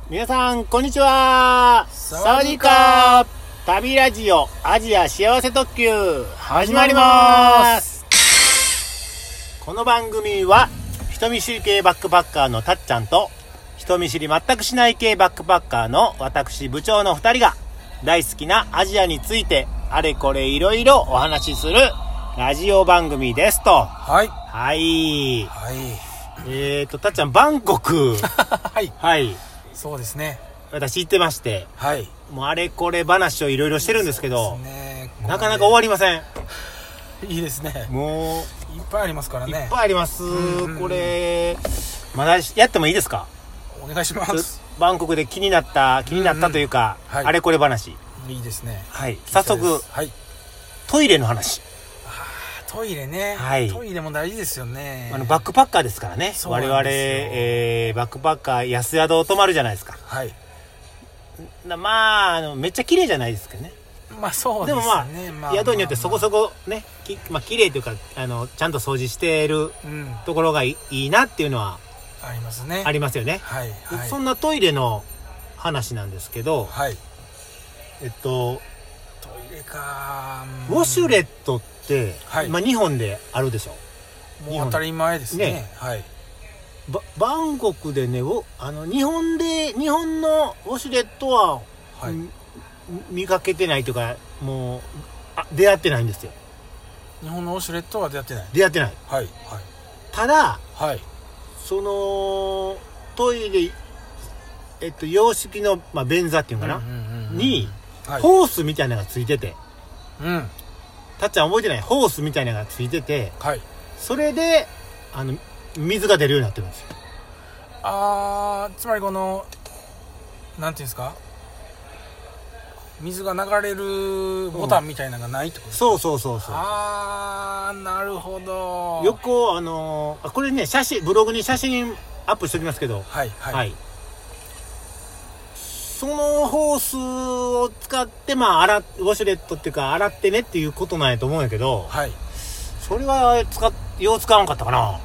皆さんこんにちは。サワディーカー。旅ラジオアジア幸せ特急始まります。この番組は人見知り系バックパッカーのたっちゃんと人見知り全くしない系バックパッカーの私部長の2人が大好きなアジアについてあれこれいろいろお話しするラジオ番組ですと。 はいはいはい。 たっちゃんバンコクはいはい、 そうですね。 私行ってまして、 はい。 もうあれこれ話をいろいろしてるんですけど、 ね、 なかなか終わりません。 いいですね。 もういっぱいありますからね。 いっぱいあります。これまだやってもいいですか？ お願いします。 バンコクで気になったというか、はい、あれこれ話。 いいですね。 はい。早速、 はい、 トイレの話。 トイレね、はい、トイレも大事ですよね。 バックパッカーですからね。我々、バックパッカー安宿泊まるじゃないですか。はい。まあめっちゃ綺麗じゃないですかね。 まあそうですね。 でも宿によってそこそこね、綺麗というかちゃんと掃除しているところがいいなっていうのはありますね。 ありますよね。はい。そんなトイレの話なんですけど、はい。トイレか。 ウォシュレットって、はい、日本であるでしょ。 もう当たり前ですね。はい。 バンコクでね、日本のウォシュレットは、はい、見かけてないというか、もう出会ってないんですよ。 日本のウォシュレットは出会ってない。 はいはい。ただ、はい、そのトイレ洋式の便座っていうかな、に、はい、ホースみたいなのがついてて、たっちゃん覚えてない？ホースみたいなのがついてて、はい、それで水が出るようになってるんですよ。 つまりこのなんていうんですか、水が流れるボタンみたいなのがないってことですか？ そう。 なるほど。 よくこれね、ブログに写真アップしておきますけど、はい、そのホースを使ってウォシュレットっていうか洗ってねっていうことなんやと思うんやけど、はい、それはよう使わんかったかな。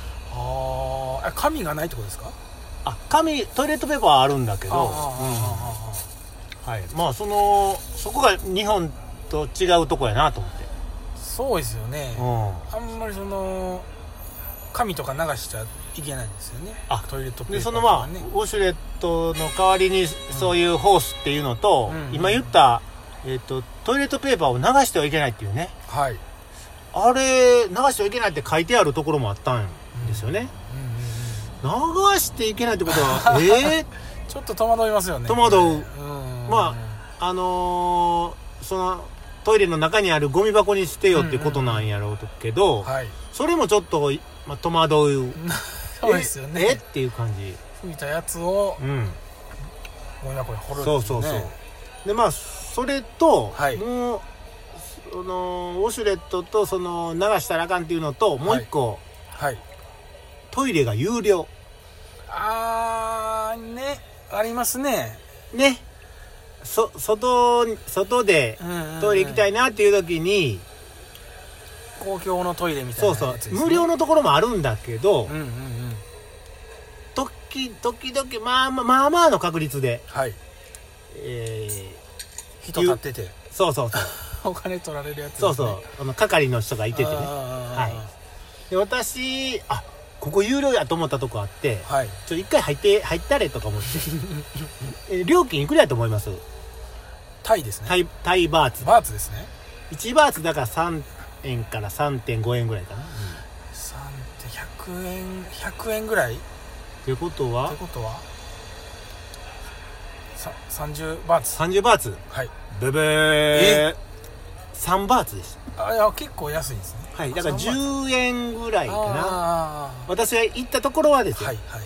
紙がないってことですか？ トイレットペーパーはあるんだけど、はい、そこが日本と違うとこやなと思って。 そうですよね。あんまり紙とか流しちゃいけないんですよね。トイレットペーパーとかね。 ウォシュレットの代わりにそういうホースっていうのと、今言った、トイレットペーパーを流してはいけないっていうね。はい。あれ流してはいけないって書いてあるところもあったんですよね。流していけないってことはちょっと戸惑いますよね。 戸惑う。そのトイレの中にあるゴミ箱に捨てよってことなんやろうけど、はい、それもちょっと、戸惑う。 そうですよね。 っていう感じ。 拭いたやつを、ゴミ箱に掘るんですよね。そうでそれと、はい、もうウォシュレットと流したらあかんっていうのと、もう一個、はい、トイレが有料。 ありますね。 ね。外でトイレ行きたいなっていう時に、 公共のトイレみたいなやつですね。 無料のところもあるんだけど、時々まあの確率で、はい、 人立ってて、 そうお金取られるやつですね。 係の人がいててね。はい。で私ここ有料やと思ったとこあって、はい、一回入ったれとか思って料金いくらやと思います？ タイですね。 タイバーツ。 バーツですね。 1バーツだから3円から 3.5 円ぐらいかな。 100円ぐらいってことは 30バーツ。 30バーツ。はい。ブブー。3バーツでした。 いや結構安いですね。 はい。だから10円ぐらいかな。私が行ったところはですよ。はいはい。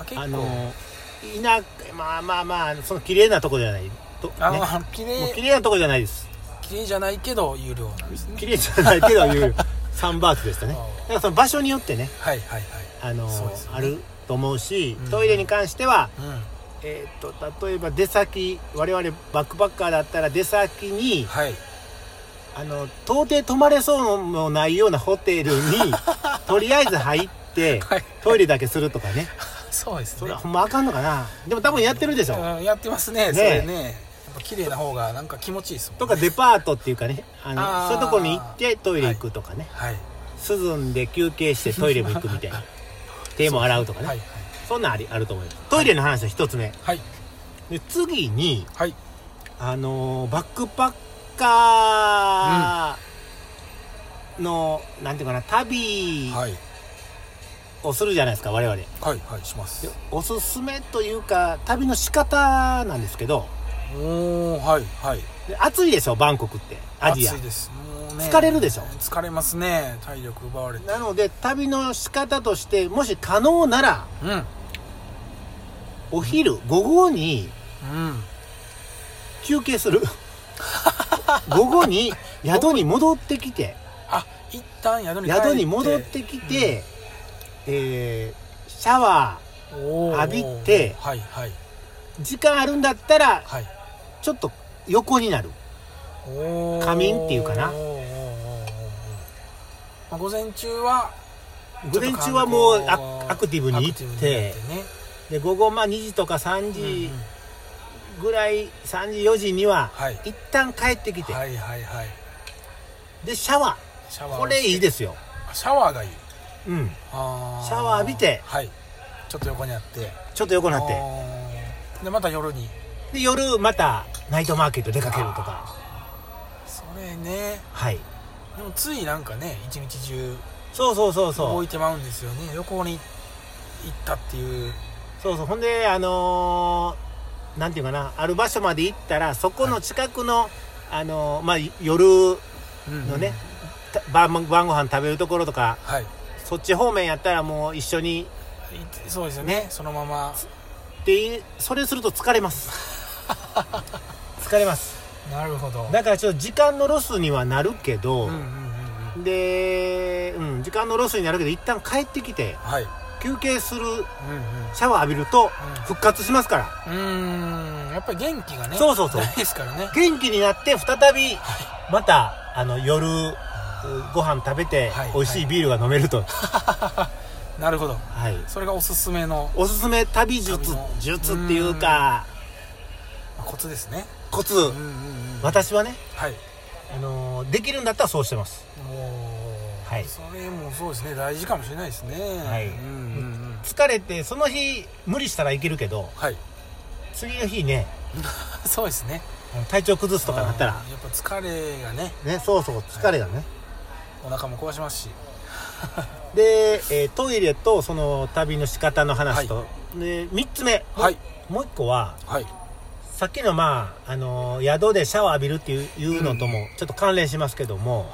結構その綺麗なところじゃないと、ね。綺麗なところじゃないです。 綺麗じゃないけど有料なんですね。 綺麗じゃないけど有料。3バーツでしたね。だからその場所によってね。 はい。 あると思うし、トイレに関しては。例えば我々バックパッカーだったら出先に、はい、到底泊まれそうもないようなホテルにとりあえず入って、はい、トイレだけするとかね。 そうですね。 それはほんまあかんのかな。でも多分やってるでしょ。 やってますね。それね。やっぱ綺麗な方がなんか気持ちいいですもんね。 とかデパートっていうかね、そういうところに行ってトイレ行くとかね、 はい、 涼んで休憩してトイレも行くみたいな手も洗うとかね、 はいはい、 そんなんあると思います。トイレの話は一つ目、 はい、 で次に、 はい、 バックパッカーの、なんていうかな、旅をするじゃないですか、我々。 はいはい、します。 おすすめというか旅の仕方なんですけど、 はいはい。 で暑いでしょ、バンコクってアジア。 暑いです。もうね、 疲れるでしょ。 疲れますね、体力奪われて。 なので旅の仕方としてもし可能なら、お昼午後に休憩する午後に宿に戻ってきて、 一旦宿に戻ってきて、シャワー浴びて、 はいはい、 時間あるんだったら、 はい、 ちょっと横になる仮眠っていうかな。 午前中はもうアクティブに行って、で午後2時とか3時ぐらい、3時4時には一旦帰ってきて、 はいはいはい、 でシャワーこれいいですよ。 シャワーがいい。 シャワー浴びて、 はい、ちょっと横になってでまた夜に、 で夜またナイトマーケット出かけるとか。 それね、 はい。 でもついなんかね、一日中そう動いてまうんですよね。旅行に行ったっていう。 ほんでなんていうかな、ある場所まで行ったらそこの近くの、夜のね、晩ご飯食べるところとか、そっち方面やったらもう一緒に、 そうですよね、そのままで、それすると疲れます疲れます。 なるほど。 だからちょっと時間のロスにはなるけど、で、時間のロスになるけど一旦帰ってきて、休憩する、シャワー浴びると復活しますから。 やっぱり元気がね、大ですからね。 元気になって再びまた夜ご飯食べて美味しいビールが飲めると。 なるほど。 はい。 それがおすすめ旅術っていうか、 コツですね。 コツ。私はね、 はい。 できるんだったらそうしてます。 はい。それもそうですね、大事かもしれないですね。はい。 疲れてその日無理したらいけるけど、 はい。 次の日ね、 そうですね。 体調崩すとかなったら、 やっぱ疲れがね。 疲れがね。 お腹も壊しますし。 で、トイレとその旅の仕方の話と、で3つ目、もう1個は、さっきの宿でシャワー浴びるっていうのともちょっと関連しますけども、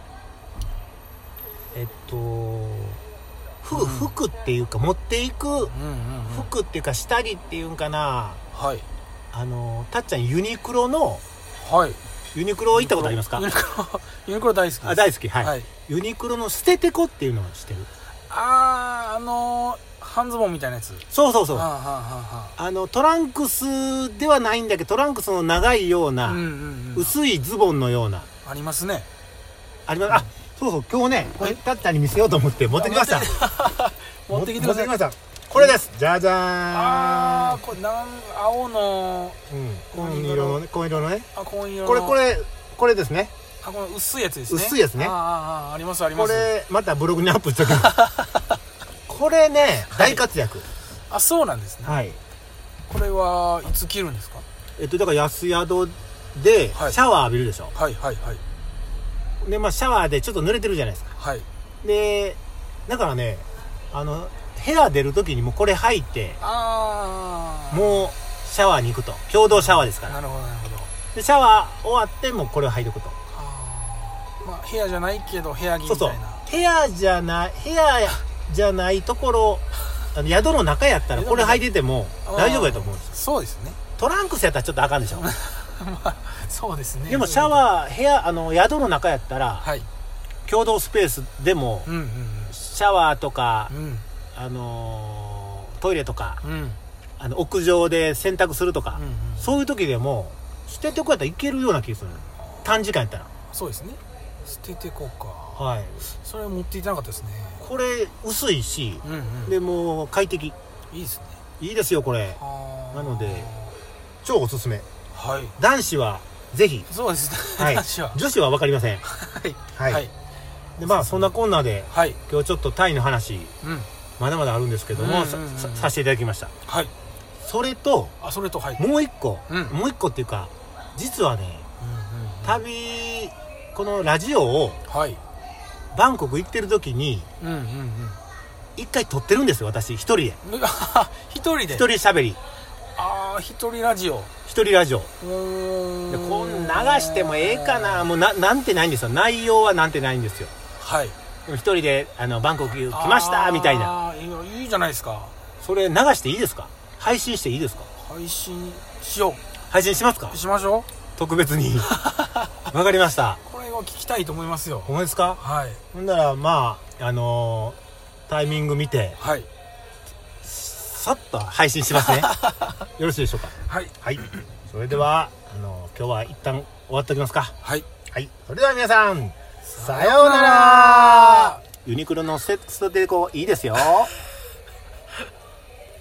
服っていうか持っていく服っていうか下着っていうんかな、たっちゃんユニクロの、ユニクロ行ったことありますか？ ユニクロ大好きです。 大好き、はい。ユニクロの捨ててこっていうのを知ってる？ 半ズボンみたいなやつ。 そう。トランクスではないんだけど、トランクスの長いような、薄いズボンのような。 ありますね。 あります。今日ね、これたっちゃんに見せようと思って持ってきました。 持ってきてください。 持ってきました。これです。じゃじゃーん。 これ青の、 紺色のね。 紺色の。 これですね。 この薄いやつですね。 薄いやつね。 あります。 これまたブログにアップしときます。これね、大活躍。 そうなんですね。はい。これはいつ着るんですか？ だから安宿でシャワー浴びるでしょ。で、シャワーでちょっと濡れてるじゃないですか。で、だからね、部屋出るときにもこれ履いて、もうシャワーに行くと。共同シャワーですから。 なるほど。 で、シャワー終わってもこれを履いておくと。 部屋じゃないけど部屋着みたいな。 部屋じゃないところ、宿の中やったらこれ履いてても大丈夫やと思うんですよ。 そうですね。 トランクスやったらちょっとあかんでしょ。 そうですね。 でもシャワー、宿の中やったら、共同スペースでも、シャワーとか、トイレとか、屋上で洗濯するとか、そういう時でも捨ててこうやったらいけるような気がする。短時間やったら。 そうですね。捨ててこうか。 はい。 それ持っていてなかったですね。 これ薄いし、でもう快適。 いいいですね。 いいですよこれ。なので超おすすめ。 はい。 男子はぜひ。 そうですね。 はい、 男子は。 女子は分かりません。 はいはい、 はい。 でまあそんなこんなで、 はい。 今日ちょっとタイの話うん。 まだまだあるんですけども、させていただきました。 はい。 それとそれと、はい。 もう一個、 もう一個っていうか実はね、旅このラジオを、 はい、 バンコク行ってる時に一回撮ってるんですよ、私一人で。 一人で一人喋り。 一人ラジオ。 一人ラジオでこん流してもええかな。もうなんてないんですよ、内容はなんてないんですよ。 はい。 一人でバンコク来ましたみたいな。 いいじゃないですか。 それ流していいですか？配信していいですか？ 配信しよう。 配信しますか？ しましょう。 特別に。わかりました。 これを聞きたいと思いますよ。 ほんまですか？ はい。 ほんならまあタイミング見て、 はい、 さっと配信しますね。よろしいでしょうか？はい、はい、それでは今日は一旦終わっておきますか？はい、はい、それでは皆さんさようなら。ユニクロのセックスデコいいですよ。